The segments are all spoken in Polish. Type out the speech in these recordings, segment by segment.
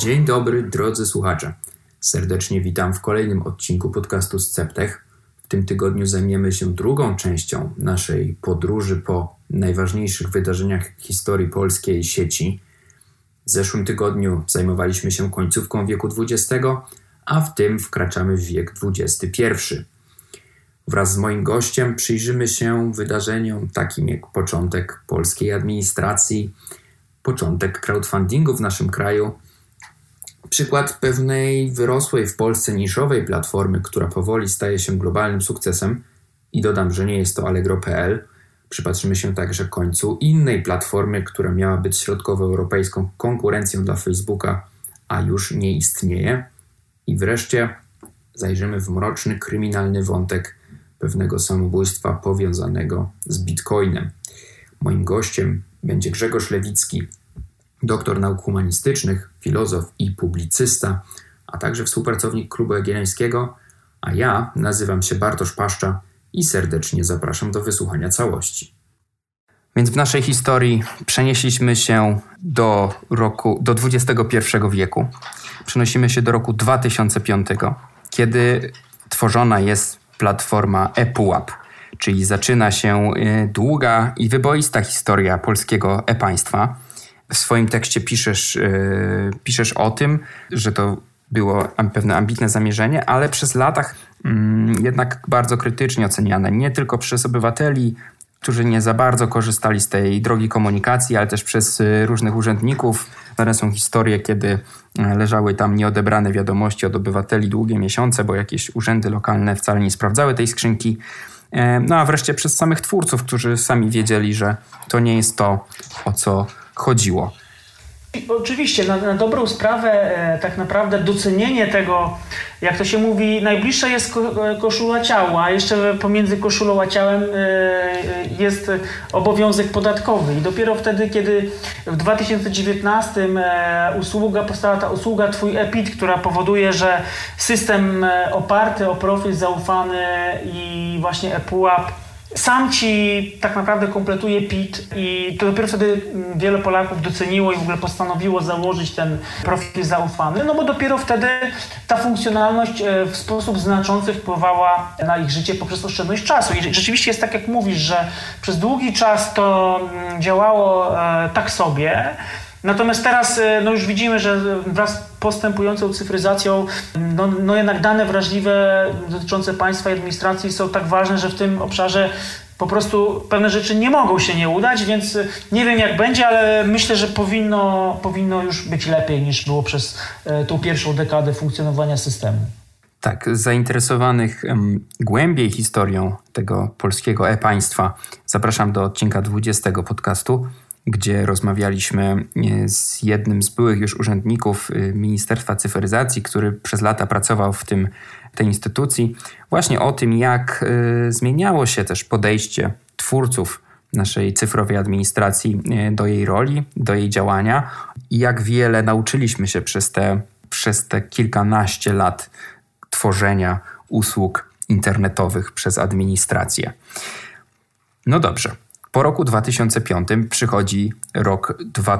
Dzień dobry, drodzy słuchacze. Serdecznie witam w kolejnym odcinku podcastu Sceptech. W tym tygodniu zajmiemy się drugą częścią naszej podróży po najważniejszych wydarzeniach historii polskiej sieci. W zeszłym tygodniu zajmowaliśmy się końcówką wieku XX, a w tym wkraczamy w wiek XXI. Wraz z moim gościem przyjrzymy się wydarzeniom takim jak początek polskiej administracji, początek crowdfundingu w naszym kraju, przykład pewnej wyrosłej w Polsce niszowej platformy, która powoli staje się globalnym sukcesem i dodam, że nie jest to Allegro.pl. Przypatrzymy się także końcu innej platformy, która miała być środkowoeuropejską konkurencją dla Facebooka, a już nie istnieje. I wreszcie zajrzymy w mroczny, kryminalny wątek pewnego samobójstwa powiązanego z Bitcoinem. Moim gościem będzie Grzegorz Lewicki, doktor nauk humanistycznych, filozof i publicysta, a także współpracownik Klubu Jagiellońskiego, a ja nazywam się Bartosz Paszcza i serdecznie zapraszam do wysłuchania całości. Więc w naszej historii przenieśliśmy się do XXI wieku. Przenosimy się do roku 2005, kiedy tworzona jest platforma ePUAP, czyli zaczyna się długa i wyboista historia polskiego e-państwa. W swoim tekście piszesz o tym, że to było pewne ambitne zamierzenie, ale przez latach jednak bardzo krytycznie oceniane. Nie tylko przez obywateli, którzy nie za bardzo korzystali z tej drogi komunikacji, ale też przez różnych urzędników. Znane są historie, kiedy leżały tam nieodebrane wiadomości od obywateli długie miesiące, bo jakieś urzędy lokalne wcale nie sprawdzały tej skrzynki. No a wreszcie przez samych twórców, którzy sami wiedzieli, że to nie jest to, o co chodziło. Oczywiście, na dobrą sprawę tak naprawdę docenienie tego, jak to się mówi, najbliższa jest koszula ciała, a jeszcze pomiędzy koszulą a ciałem jest obowiązek podatkowy. I dopiero wtedy, kiedy w 2019 powstała ta usługa Twój e-PIT, która powoduje, że system oparty o profil zaufany i właśnie ePUAP sam ci tak naprawdę kompletuje PIT i to dopiero wtedy wiele Polaków doceniło i w ogóle postanowiło założyć ten profil zaufany, no bo dopiero wtedy ta funkcjonalność w sposób znaczący wpływała na ich życie poprzez oszczędność czasu. I rzeczywiście jest tak, jak mówisz, że przez długi czas to działało tak sobie. Natomiast teraz już widzimy, że wraz z postępującą cyfryzacją jednak dane wrażliwe dotyczące państwa i administracji są tak ważne, że w tym obszarze po prostu pewne rzeczy nie mogą się nie udać, więc nie wiem jak będzie, ale myślę, że powinno już być lepiej niż było przez tą pierwszą dekadę funkcjonowania systemu. Tak, zainteresowanych głębiej historią tego polskiego e-państwa zapraszam do odcinka 20 podcastu, gdzie rozmawialiśmy z jednym z byłych już urzędników Ministerstwa Cyfryzacji, który przez lata pracował w tej instytucji, właśnie o tym, jak zmieniało się też podejście twórców naszej cyfrowej administracji do jej roli, do jej działania i jak wiele nauczyliśmy się przez te kilkanaście lat tworzenia usług internetowych przez administrację. No dobrze. Po roku 2005 przychodzi rok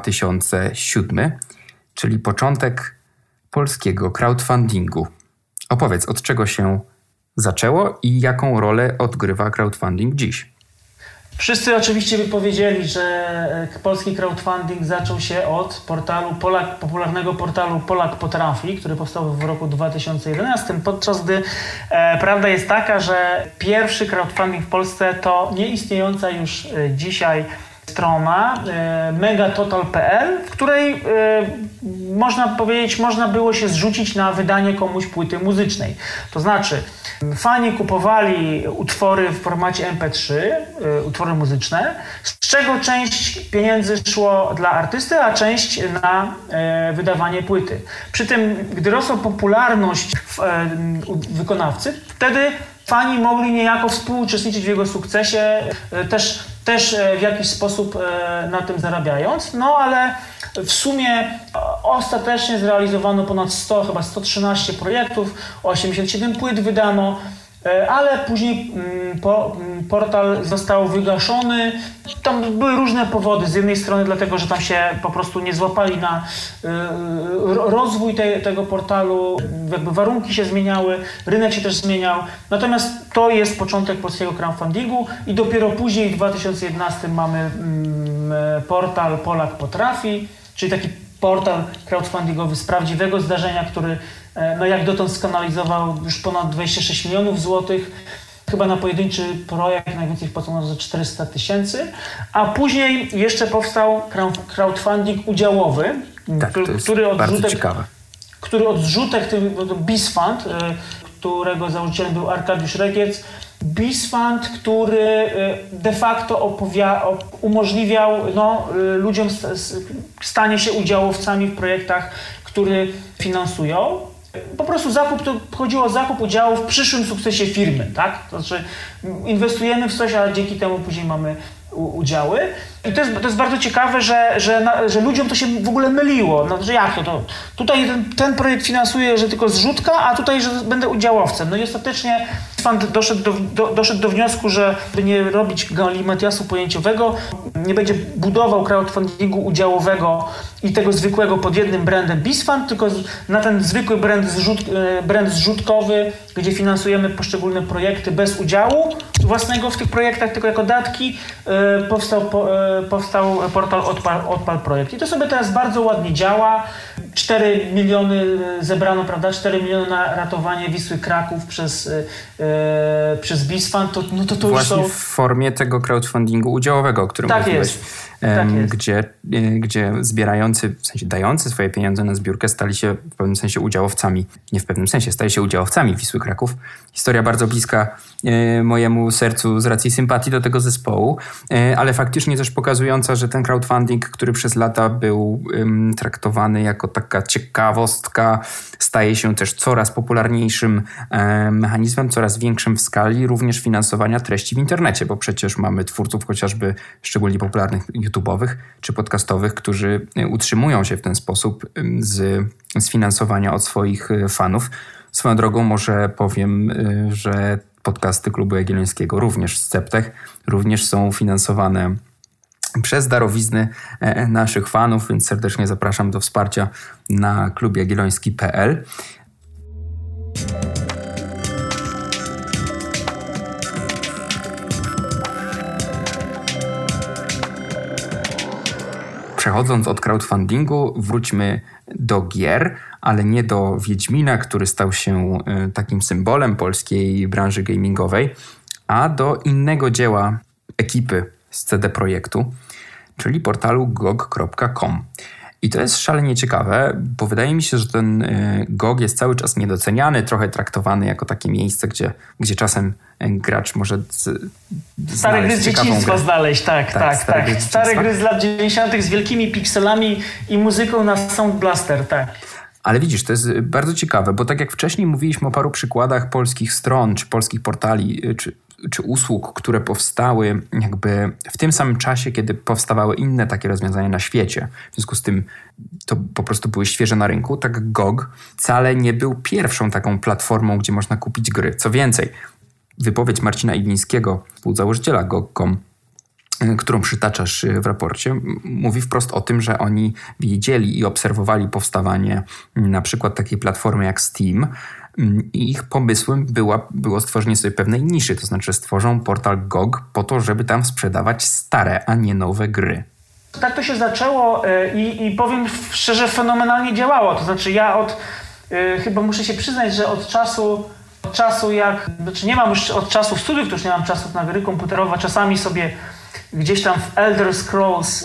2007, czyli początek polskiego crowdfundingu. Opowiedz, od czego się zaczęło i jaką rolę odgrywa crowdfunding dziś? Wszyscy oczywiście by powiedzieli, że polski crowdfunding zaczął się od popularnego portalu Polak Potrafi, który powstał w roku 2011, podczas gdy prawda jest taka, że pierwszy crowdfunding w Polsce to nieistniejąca już dzisiaj strona megatotal.pl, w której można powiedzieć, można było się zrzucić na wydanie komuś płyty muzycznej. To znaczy fani kupowali utwory w formacie MP3, utwory muzyczne, z czego część pieniędzy szło dla artysty, a część na wydawanie płyty. Przy tym, gdy rosła popularność wykonawcy, wtedy fani mogli niejako współuczestniczyć w jego sukcesie, też w jakiś sposób na tym zarabiając, no ale w sumie ostatecznie zrealizowano ponad 113 projektów, 87 płyt wydano, ale później portal został wygaszony. Tam były różne powody. Z jednej strony dlatego, że tam się po prostu nie złapali na rozwój tego portalu, jakby warunki się zmieniały, rynek się też zmieniał. Natomiast to jest początek polskiego crowdfundingu i dopiero później w 2011 mamy portal Polak Potrafi, czyli taki portal crowdfundingowy z prawdziwego zdarzenia, który jak dotąd skanalizował już ponad 26 milionów złotych. Chyba na pojedynczy projekt najwięcej wpłacono za 400 000, a później jeszcze powstał crowdfunding udziałowy, który od zrzutek BizFund, którego założycielem był Arkadiusz Regiec, BizFund, który de facto umożliwiał ludziom stanie się udziałowcami w projektach, które finansują. Po prostu chodziło o zakup udziału w przyszłym sukcesie firmy, tak? To znaczy inwestujemy w coś, a dzięki temu później mamy udziały. I to jest bardzo ciekawe, że ludziom to się w ogóle myliło. Znaczy jak to? Tutaj ten projekt finansuje, że tylko zrzutka, a tutaj, że będę udziałowcem. No i ostatecznie fund doszedł do wniosku, że by nie robić galimatiasu pojęciowego, nie będzie budował crowdfundingu udziałowego i tego zwykłego pod jednym brandem BizFund, tylko na ten zwykły brand zrzutkowy, gdzie finansujemy poszczególne projekty bez udziału własnego w tych projektach, tylko jako datki, powstał portal Odpal Projekt. I to sobie teraz bardzo ładnie działa. 4 miliony zebrano, prawda? 4 miliony na ratowanie Wisły Kraków przez BizFund. To właśnie już są w formie tego crowdfundingu udziałowego, o którym mówiłeś. Gdzie zbierający, w sensie dający swoje pieniądze na zbiórkę stali się w pewnym sensie udziałowcami, nie w pewnym sensie, stali się udziałowcami Wisły Kraków. Historia bardzo bliska mojemu sercu z racji sympatii do tego zespołu, ale faktycznie też pokazująca, że ten crowdfunding, który przez lata był traktowany jako taka ciekawostka, staje się też coraz popularniejszym mechanizmem, coraz większym w skali również finansowania treści w internecie, bo przecież mamy twórców chociażby szczególnie popularnych YouTube'owych czy podcastowych, którzy utrzymują się w ten sposób z finansowania od swoich fanów. Swoją drogą może powiem, że podcasty Klubu Jagiellońskiego, również z Ceptech, również są finansowane przez darowizny naszych fanów, więc serdecznie zapraszam do wsparcia na klubjagielloński.pl. Przechodząc od crowdfundingu, wróćmy do gier, ale nie do Wiedźmina, który stał się takim symbolem polskiej branży gamingowej, a do innego dzieła ekipy z CD Projektu, czyli portalu gog.com. I to jest szalenie ciekawe, bo wydaje mi się, że ten GOG jest cały czas niedoceniany, trochę traktowany jako takie miejsce, gdzie czasem gracz może stare gry z dzieciństwa znaleźć, tak. Stare gry z lat 90. z wielkimi pikselami i muzyką na Sound Blaster, tak. Ale widzisz, to jest bardzo ciekawe, bo tak jak wcześniej mówiliśmy o paru przykładach polskich stron, czy polskich portali, czy usług, które powstały jakby w tym samym czasie, kiedy powstawały inne takie rozwiązania na świecie. W związku z tym to po prostu były świeże na rynku. Tak GOG wcale nie był pierwszą taką platformą, gdzie można kupić gry. Co więcej, wypowiedź Marcina Iwińskiego, współzałożyciela GOG.com, którą przytaczasz w raporcie, mówi wprost o tym, że oni wiedzieli i obserwowali powstawanie na przykład takiej platformy jak Steam i ich pomysłem było stworzenie sobie pewnej niszy, to znaczy stworzą portal GOG po to, żeby tam sprzedawać stare, a nie nowe gry. Tak to się zaczęło i powiem szczerze, fenomenalnie działało. To znaczy chyba muszę się przyznać, że od czasu nie mam już od czasów studiów, to już nie mam czasów na gry komputerowe, czasami sobie gdzieś tam w Elder Scrolls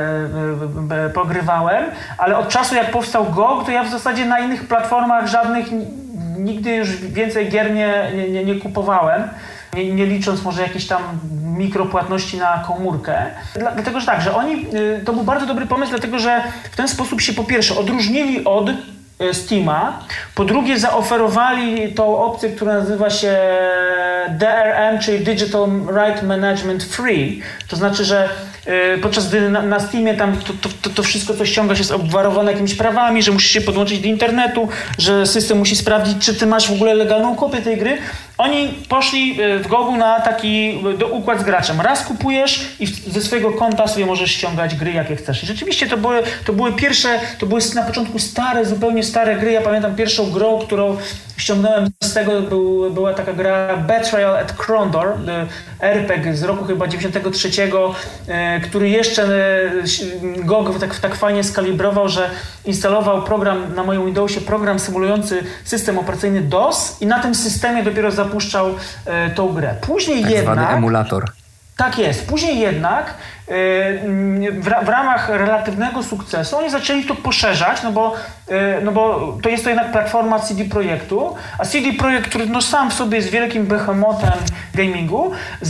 pogrywałem, ale od czasu jak powstał GOG, to ja w zasadzie na innych platformach żadnych nigdy już więcej gier nie kupowałem, nie licząc może jakieś tam mikropłatności na komórkę. Dlatego, że tak, że to był bardzo dobry pomysł, dlatego, że w ten sposób się po pierwsze odróżnili od Steama, po drugie zaoferowali tą opcję, która nazywa się DRM, czyli Digital Right Management Free. To znaczy, że podczas gdy na Steamie tam to wszystko, co ściągasz, jest obwarowane jakimiś prawami, że musisz się podłączyć do internetu, że system musi sprawdzić, czy ty masz w ogóle legalną kopię tej gry. Oni poszli w Gogu na taki układ z graczem. Raz kupujesz i ze swojego konta sobie możesz ściągać gry, jakie chcesz. I rzeczywiście to były na początku zupełnie stare gry. Ja pamiętam pierwszą grą, którą ściągnąłem z tego, była taka gra Betrayal at Krondor, RPG z roku chyba 93, który jeszcze GOG tak fajnie skalibrował, że instalował program na moim Windowsie, program symulujący system operacyjny DOS i na tym systemie dopiero zapuszczał tą grę. Później tak zwany emulator. Tak jest. Później jednak w ramach relatywnego sukcesu oni zaczęli to poszerzać, no bo to jest to jednak platforma CD Projektu, a CD Projekt, który sam w sobie jest wielkim behemotem gamingu,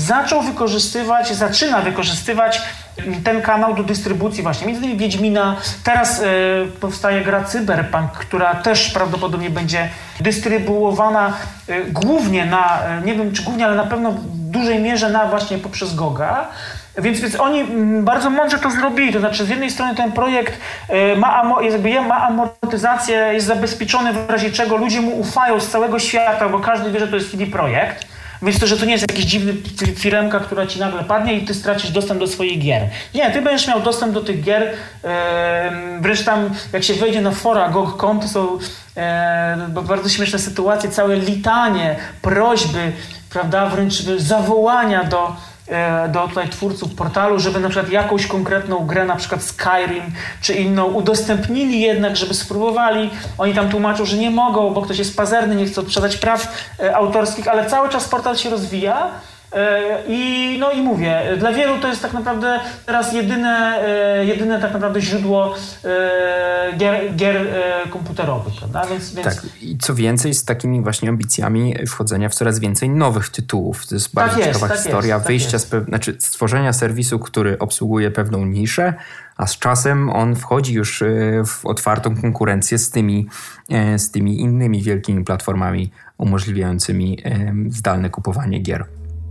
zaczyna wykorzystywać ten kanał do dystrybucji właśnie, między innymi Wiedźmina. Teraz powstaje gra Cyberpunk, która też prawdopodobnie będzie dystrybuowana głównie nie wiem czy głównie, ale na pewno w dużej mierze właśnie poprzez GOG-a. Więc oni bardzo mądrze to zrobili, to znaczy z jednej strony ten projekt ma amortyzację, jest zabezpieczony, w razie czego ludzie mu ufają z całego świata, bo każdy wie, że to jest CD Projekt. Więc to, że to nie jest jakiś dziwny firemka, która ci nagle padnie i ty stracisz dostęp do swoich gier. Nie, ty będziesz miał dostęp do tych gier. Wręcz tam, jak się wejdzie na fora GOG.com, to są bardzo śmieszne sytuacje, całe litanie, prośby, prawda, wręcz zawołania do tutaj twórców portalu, żeby na przykład jakąś konkretną grę, na przykład Skyrim czy inną udostępnili jednak, żeby spróbowali. Oni tam tłumaczą, że nie mogą, bo ktoś jest pazerny, nie chce odsprzedać praw autorskich, ale cały czas portal się rozwija. I mówię, dla wielu to jest tak naprawdę teraz jedyne tak naprawdę źródło gier komputerowych, prawda? Więc... Tak, i co więcej, z takimi właśnie ambicjami wchodzenia w coraz więcej nowych tytułów. To jest bardzo ciekawa historia wyjścia stworzenia serwisu, który obsługuje pewną niszę, a z czasem on wchodzi już w otwartą konkurencję z tymi innymi wielkimi platformami umożliwiającymi zdalne kupowanie gier.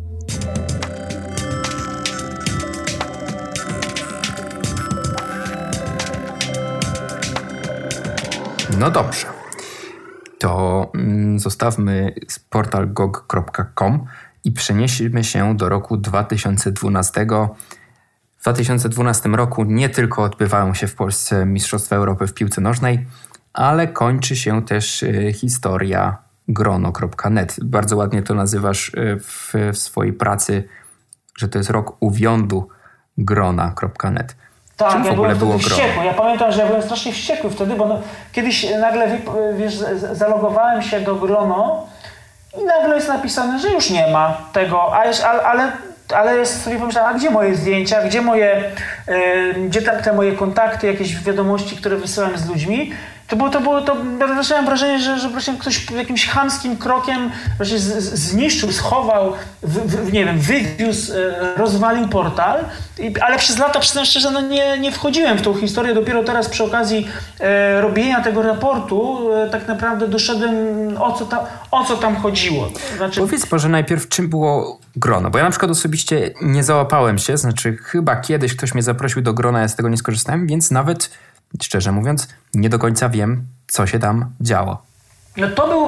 No dobrze, to zostawmy portal gog.com i przenieśmy się do roku 2012. W 2012 roku nie tylko odbywają się w Polsce Mistrzostwa Europy w piłce nożnej, ale kończy się też historia grono.net. Bardzo ładnie to nazywasz w swojej pracy, że to jest rok uwiądu grona.net. Tak, czym w ogóle było grono? Wściekły. Ja pamiętam, że ja byłem strasznie wściekły wtedy, bo kiedyś nagle, zalogowałem się do Grono i nagle jest napisane, że już nie ma tego, ale sobie pomyślałem, a gdzie moje zdjęcia, gdzie tam te moje kontakty, jakieś wiadomości, które wysyłałem z ludźmi. Miałem wrażenie, że właśnie ktoś jakimś chamskim krokiem właśnie zniszczył, schował, wywiózł, rozwalił portal. Ale przez lata, przyznam szczerze, nie wchodziłem w tą historię. Dopiero teraz przy okazji robienia tego raportu tak naprawdę doszedłem, o co tam chodziło. Powiedz może najpierw, czym było Grono, bo ja na przykład osobiście nie załapałem się, chyba kiedyś ktoś mnie zaprosił do Grona, ja z tego nie skorzystałem, więc nawet szczerze mówiąc, nie do końca wiem, co się tam działo. No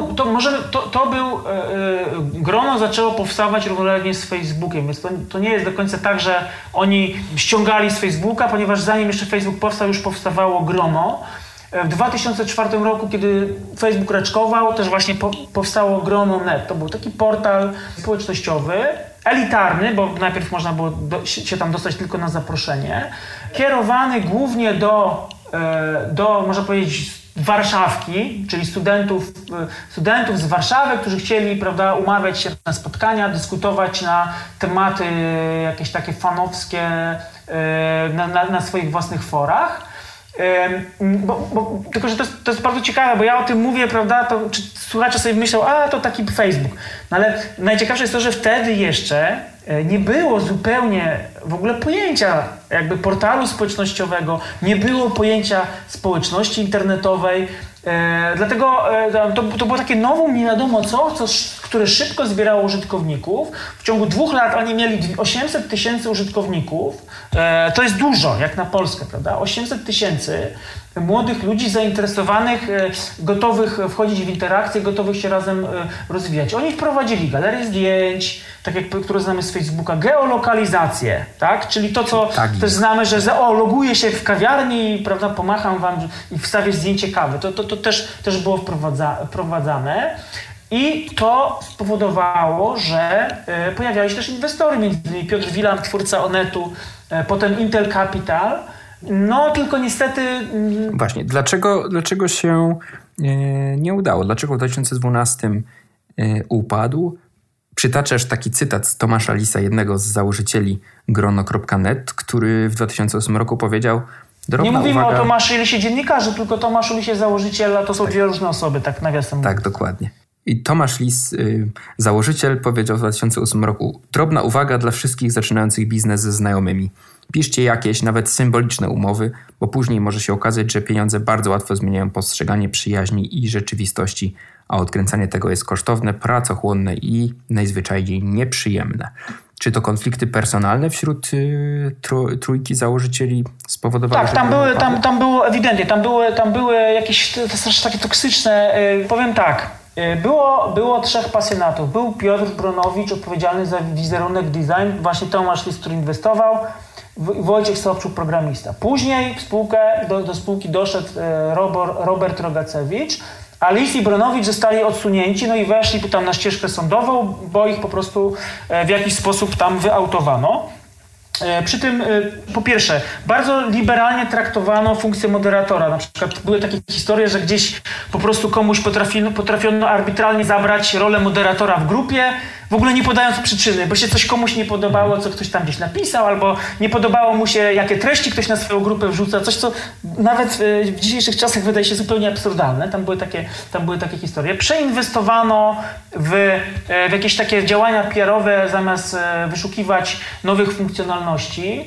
Grono zaczęło powstawać równolegle z Facebookiem, więc to nie jest do końca tak, że oni ściągali z Facebooka, ponieważ zanim jeszcze Facebook powstał, już powstawało Grono. W 2004 roku, kiedy Facebook raczkował, też właśnie powstało Grono.net. To był taki portal społecznościowy, elitarny, bo najpierw można było się tam dostać tylko na zaproszenie, kierowany głównie do można powiedzieć, Warszawki, czyli studentów z Warszawy, którzy chcieli, prawda, umawiać się na spotkania, dyskutować na tematy jakieś takie fanowskie na swoich własnych forach. Tylko, że to jest bardzo ciekawe, bo ja o tym mówię, prawda, to czy słuchacze sobie myślą, to taki Facebook. No ale najciekawsze jest to, że wtedy jeszcze nie było zupełnie w ogóle pojęcia jakby portalu społecznościowego, nie było pojęcia społeczności internetowej. Dlatego to było takie nowum, nie wiadomo które szybko zbierało użytkowników. W ciągu 2 lat oni mieli 800 000 użytkowników. To jest dużo, jak na Polskę, prawda? 800 000 młodych ludzi zainteresowanych, gotowych wchodzić w interakcję, gotowych się razem rozwijać. Oni wprowadzili galerię zdjęć, tak jak które znamy z Facebooka, geolokalizację, tak? Czyli to, co też znamy, że loguję się w kawiarni, prawda, pomacham wam i wstawię zdjęcie kawy. To też było wprowadzane. I to spowodowało, że pojawiały się też inwestorzy, między innymi Piotr Wilam, twórca Onetu, potem Intel Capital. No tylko niestety... Właśnie, dlaczego się nie udało? Dlaczego w 2012 upadł? Przytaczasz taki cytat z Tomasza Lisa, jednego z założycieli grono.net, który w 2008 roku powiedział: nie mówimy o Tomaszu Lisie dziennikarzu, tylko Tomaszu Lisie założyciela, to są dwie różne osoby, tak nawiasem mówiąc. Tak, dokładnie. I Tomasz Lis, założyciel, powiedział w 2008 roku: drobna uwaga dla wszystkich zaczynających biznes ze znajomymi. Piszcie jakieś, nawet symboliczne umowy, bo później może się okazać, że pieniądze bardzo łatwo zmieniają postrzeganie przyjaźni i rzeczywistości, a odkręcanie tego jest kosztowne, pracochłonne i najzwyczajniej nieprzyjemne. Czy to konflikty personalne wśród trójki założycieli spowodowały? Tak, tam było ewidentnie, tam były jakieś też takie toksyczne, powiem tak. Było 3 pasjonatów. Był Piotr Bronowicz, odpowiedzialny za wizerunek, design, właśnie Tomasz Lis, który inwestował, Wojciech Sobczuk, programista. Później do spółki doszedł Robert Rogacewicz, a Lis i Bronowicz zostali odsunięci, no i weszli tam na ścieżkę sądową, bo ich po prostu w jakiś sposób tam wyautowano. Przy tym, po pierwsze, bardzo liberalnie traktowano funkcję moderatora. Na przykład były takie historie, że gdzieś po prostu komuś potrafiono arbitralnie zabrać rolę moderatora w grupie, w ogóle nie podając przyczyny, bo się coś komuś nie podobało, co ktoś tam gdzieś napisał, albo nie podobało mu się, jakie treści ktoś na swoją grupę wrzuca, coś, co nawet w dzisiejszych czasach wydaje się zupełnie absurdalne. Tam były takie historie. Przeinwestowano w jakieś takie działania PR-owe, zamiast wyszukiwać nowych funkcjonalności.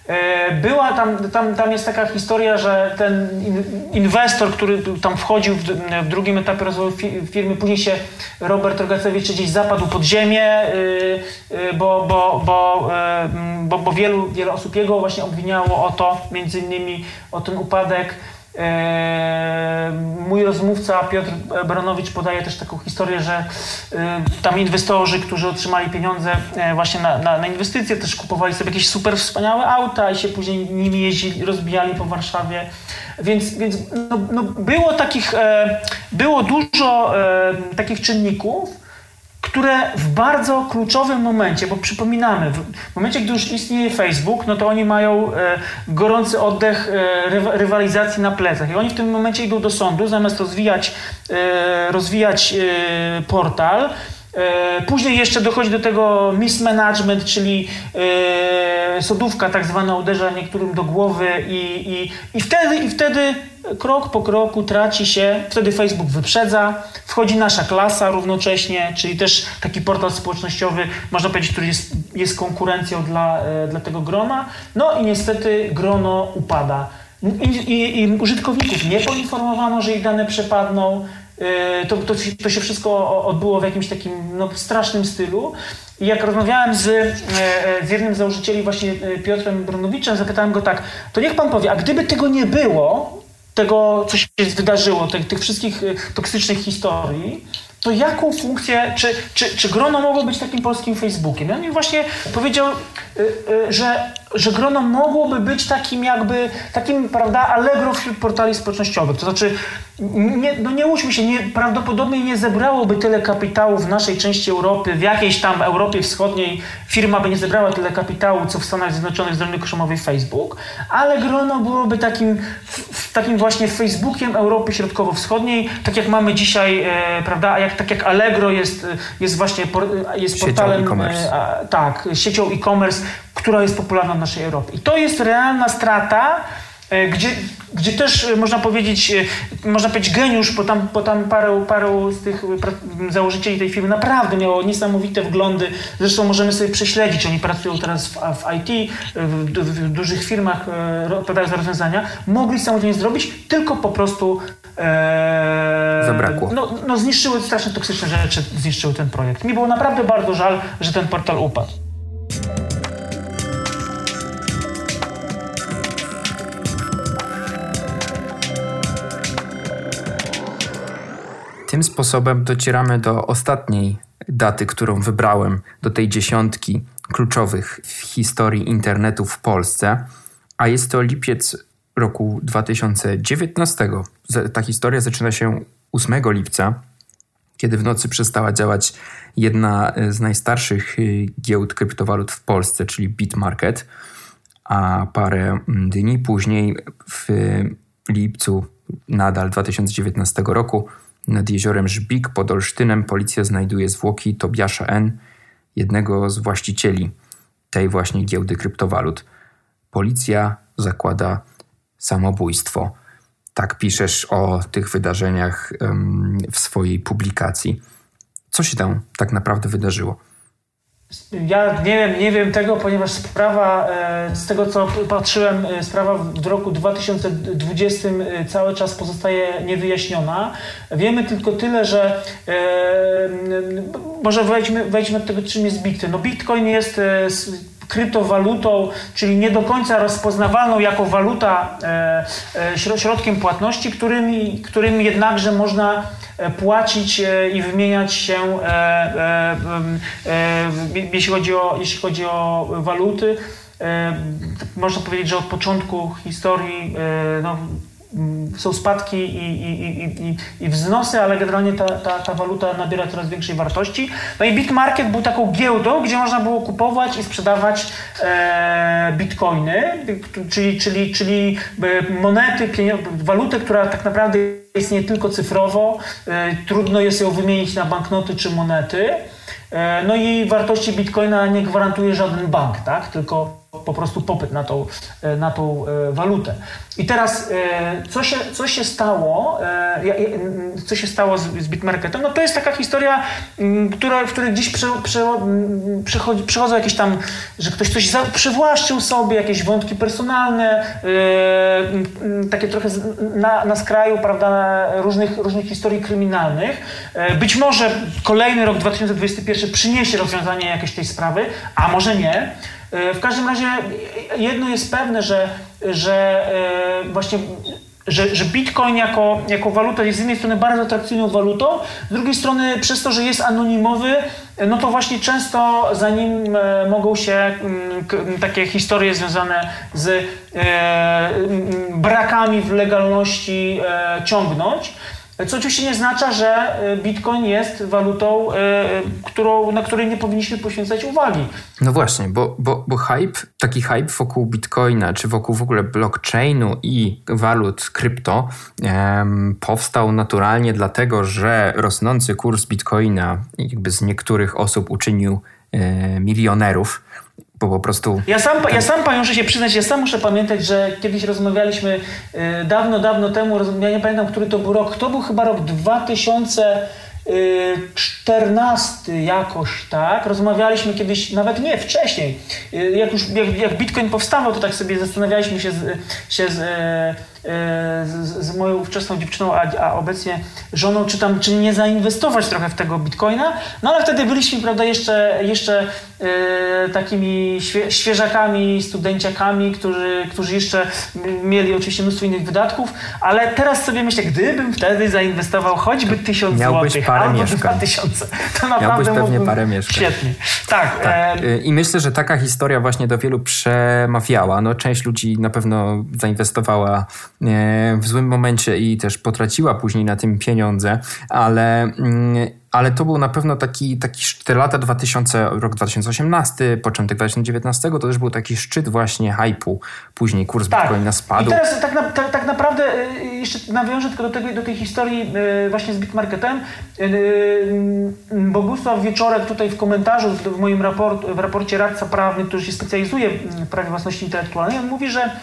Tam jest taka historia, że ten inwestor, który tam wchodził w drugim etapie rozwoju firmy, później się Robert Rogacewicz gdzieś zapadł pod ziemię, bo wiele osób jego właśnie obwiniało o to, między innymi o ten upadek. Mój rozmówca Piotr Bronowicz podaje też taką historię, że tam inwestorzy, którzy otrzymali pieniądze właśnie na inwestycje, też kupowali sobie jakieś super wspaniałe auta i się później nimi jeździli, rozbijali po Warszawie. Więc było dużo takich czynników, które w bardzo kluczowym momencie, bo przypominamy, w momencie, gdy już istnieje Facebook, no to oni mają gorący oddech rywalizacji na plecach i oni w tym momencie idą do sądu, zamiast rozwijać portal. Później jeszcze dochodzi do tego mismanagement, czyli sodówka tak zwana uderza niektórym do głowy i wtedy krok po kroku traci się, wtedy Facebook wyprzedza, wchodzi Nasza Klasa równocześnie, czyli też taki portal społecznościowy, można powiedzieć, który jest konkurencją dla tego grona. No i niestety grono upada. I użytkowników nie poinformowano, że ich dane przepadną. To się wszystko odbyło w jakimś takim strasznym stylu. I jak rozmawiałem z jednym z założycieli, właśnie Piotrem Bronowiczem, zapytałem go tak: to niech pan powie, a gdyby tego nie było, tego co się wydarzyło, tych wszystkich toksycznych historii, to jaką funkcję, czy grono mogło być takim polskim Facebookiem? I on mi właśnie powiedział, że grono mogłoby być takim, prawda, Allegro wśród portali społecznościowych. To znaczy, nie łudźmy się, prawdopodobnie nie zebrałoby tyle kapitału w naszej części Europy, w jakiejś tam Europie Wschodniej firma by nie zebrała tyle kapitału, co w Stanach Zjednoczonych z Doliny Krzemowej Facebook, ale grono byłoby takim właśnie Facebookiem Europy Środkowo-Wschodniej, tak jak mamy dzisiaj, prawda, tak jak Allegro jest właśnie portalem, siecią e-commerce, która jest popularna w naszej Europie. I to jest realna strata, gdzie też można powiedzieć geniusz, bo tam paru z tych założycieli tej firmy naprawdę miało niesamowite wglądy. Zresztą możemy sobie prześledzić, oni pracują teraz w IT, w dużych firmach, odpowiadają za rozwiązania. Mogli samodzielnie zrobić, tylko po prostu zabrakło. No zniszczyły strasznie toksyczne rzeczy, zniszczyły ten projekt. Mi było naprawdę bardzo żal, że ten portal upadł. Tym sposobem docieramy do ostatniej daty, którą wybrałem, do tej 10 kluczowych w historii internetu w Polsce, a jest to lipiec roku 2019. Ta historia zaczyna się 8 lipca, kiedy w nocy przestała działać jedna z najstarszych giełd kryptowalut w Polsce, czyli BitMarket, a parę dni później w lipcu nadal 2019 roku nad jeziorem Żbik pod Olsztynem policja znajduje zwłoki Tobiasza N., jednego z właścicieli tej właśnie giełdy kryptowalut. Policja zakłada samobójstwo. Tak piszesz o tych wydarzeniach w swojej publikacji. Co się tam tak naprawdę wydarzyło? Ja nie wiem tego, ponieważ sprawa, z tego co patrzyłem, sprawa w roku 2020 cały czas pozostaje niewyjaśniona. Wiemy tylko tyle, że może wejdźmy od tego, czym jest Bitcoin. No Bitcoin jest kryptowalutą, czyli nie do końca rozpoznawalną jako waluta środkiem płatności, którym jednakże można płacić i wymieniać się, jeśli chodzi o waluty. Można powiedzieć, że od początku historii są spadki i wznosy, ale generalnie ta waluta nabiera coraz większej wartości. No i BitMarket był taką giełdą, gdzie można było kupować i sprzedawać bitcoiny, czyli monety, walutę, która tak naprawdę istnieje tylko cyfrowo. Trudno jest ją wymienić na banknoty czy monety. No i wartości bitcoina nie gwarantuje żaden bank, tak? Tylko po prostu popyt na tą walutę. I teraz co się stało z BitMarketem? No to jest taka historia, w której gdzieś przychodzą jakieś tam, że ktoś coś przywłaszczył sobie, jakieś wątki personalne, takie trochę na skraju, prawda, różnych historii kryminalnych. Być może kolejny rok 2021 przyniesie rozwiązanie jakiejś tej sprawy, a może nie. W każdym razie jedno jest pewne, że Bitcoin jako waluta jest z jednej strony bardzo atrakcyjną walutą, z drugiej strony przez to, że jest anonimowy, no to właśnie często za nim mogą się takie historie związane z brakami w legalności ciągnąć. Co oczywiście nie oznacza, że Bitcoin jest walutą, na której nie powinniśmy poświęcać uwagi. No właśnie, bo taki hype wokół Bitcoina, czy wokół w ogóle blockchainu i walut krypto powstał naturalnie dlatego, że rosnący kurs Bitcoina jakby z niektórych osób uczynił milionerów. Bo po prostu... Ja sam muszę się przyznać, ja sam muszę pamiętać, że kiedyś rozmawialiśmy dawno temu, ja nie pamiętam, który to był rok, to był chyba rok 2014 jakoś, tak? Rozmawialiśmy kiedyś, nawet nie, wcześniej. Jak Bitcoin powstawał, to tak sobie zastanawialiśmy się z moją ówczesną dziewczyną, a obecnie żoną, czy nie zainwestować trochę w tego Bitcoina. No ale wtedy byliśmy, prawda, jeszcze takimi świeżakami, studenciakami, którzy jeszcze mieli oczywiście mnóstwo innych wydatków, ale teraz sobie myślę, gdybym wtedy zainwestował choćby 1000 złotych albo 2000, to naprawdę miałbyś pewnie parę mieszkań. Świetnie. Tak. I myślę, że taka historia właśnie do wielu przemawiała. No, część ludzi na pewno zainwestowała w złym momencie i też potraciła później na tym pieniądze, ale to był na pewno taki te lata rok 2018, początek 2019, to też był taki szczyt właśnie hype'u. Później kurs Bitcoina spadł. I teraz tak naprawdę jeszcze nawiążę tylko do tej historii właśnie z BitMarketem. Bogusław Wieczorek tutaj w komentarzu w moim raporcie radca prawny, który się specjalizuje w prawie własności intelektualnej, on mówi, że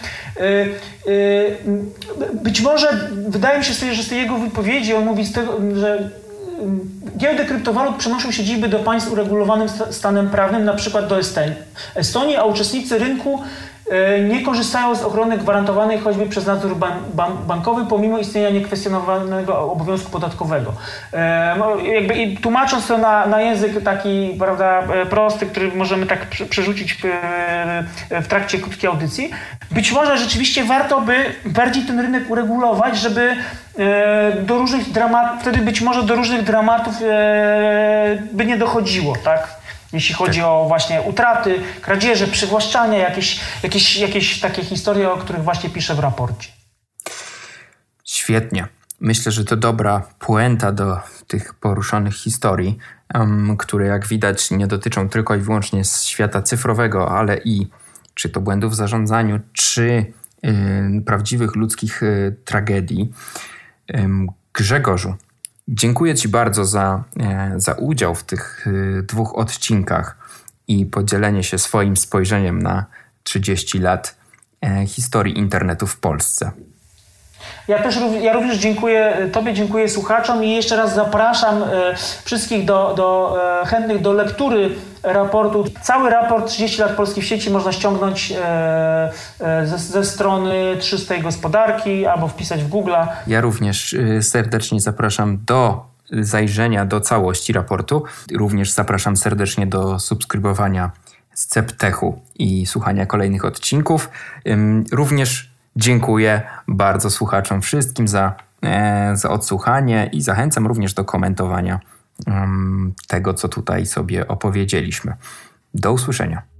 być może, wydaje mi się sobie, że z tej jego wypowiedzi on mówi z tego, że giełdy kryptowalut przenoszą siedziby do państw uregulowanym stanem prawnym, na przykład do Estonii, a uczestnicy rynku nie korzystają z ochrony gwarantowanej choćby przez nadzór bankowy, pomimo istnienia niekwestionowanego obowiązku podatkowego. I tłumacząc to na język taki, prawda, prosty, który możemy tak przerzucić w trakcie krótkiej audycji, być może rzeczywiście warto by bardziej ten rynek uregulować, żeby do różnych wtedy być może do różnych dramatów by nie dochodziło, tak? Jeśli chodzi o właśnie utraty, kradzieże, przywłaszczania, jakieś takie historie, o których właśnie piszę w raporcie. Świetnie. Myślę, że to dobra puenta do tych poruszonych historii, które jak widać nie dotyczą tylko i wyłącznie świata cyfrowego, ale i czy to błędów w zarządzaniu, czy prawdziwych ludzkich tragedii. Grzegorzu, dziękuję Ci bardzo za udział w tych 2 odcinkach i podzielenie się swoim spojrzeniem na 30 lat historii internetu w Polsce. Ja również dziękuję Tobie, dziękuję słuchaczom i jeszcze raz zapraszam wszystkich chętnych do lektury raportu. Cały raport 30 lat Polski w sieci można ściągnąć ze strony 300 Gospodarki albo wpisać w Google'a. Ja również serdecznie zapraszam do zajrzenia do całości raportu. Również zapraszam serdecznie do subskrybowania ScepTechu i słuchania kolejnych odcinków. Również dziękuję bardzo słuchaczom wszystkim za odsłuchanie i zachęcam również do komentowania tego, co tutaj sobie opowiedzieliśmy. Do usłyszenia.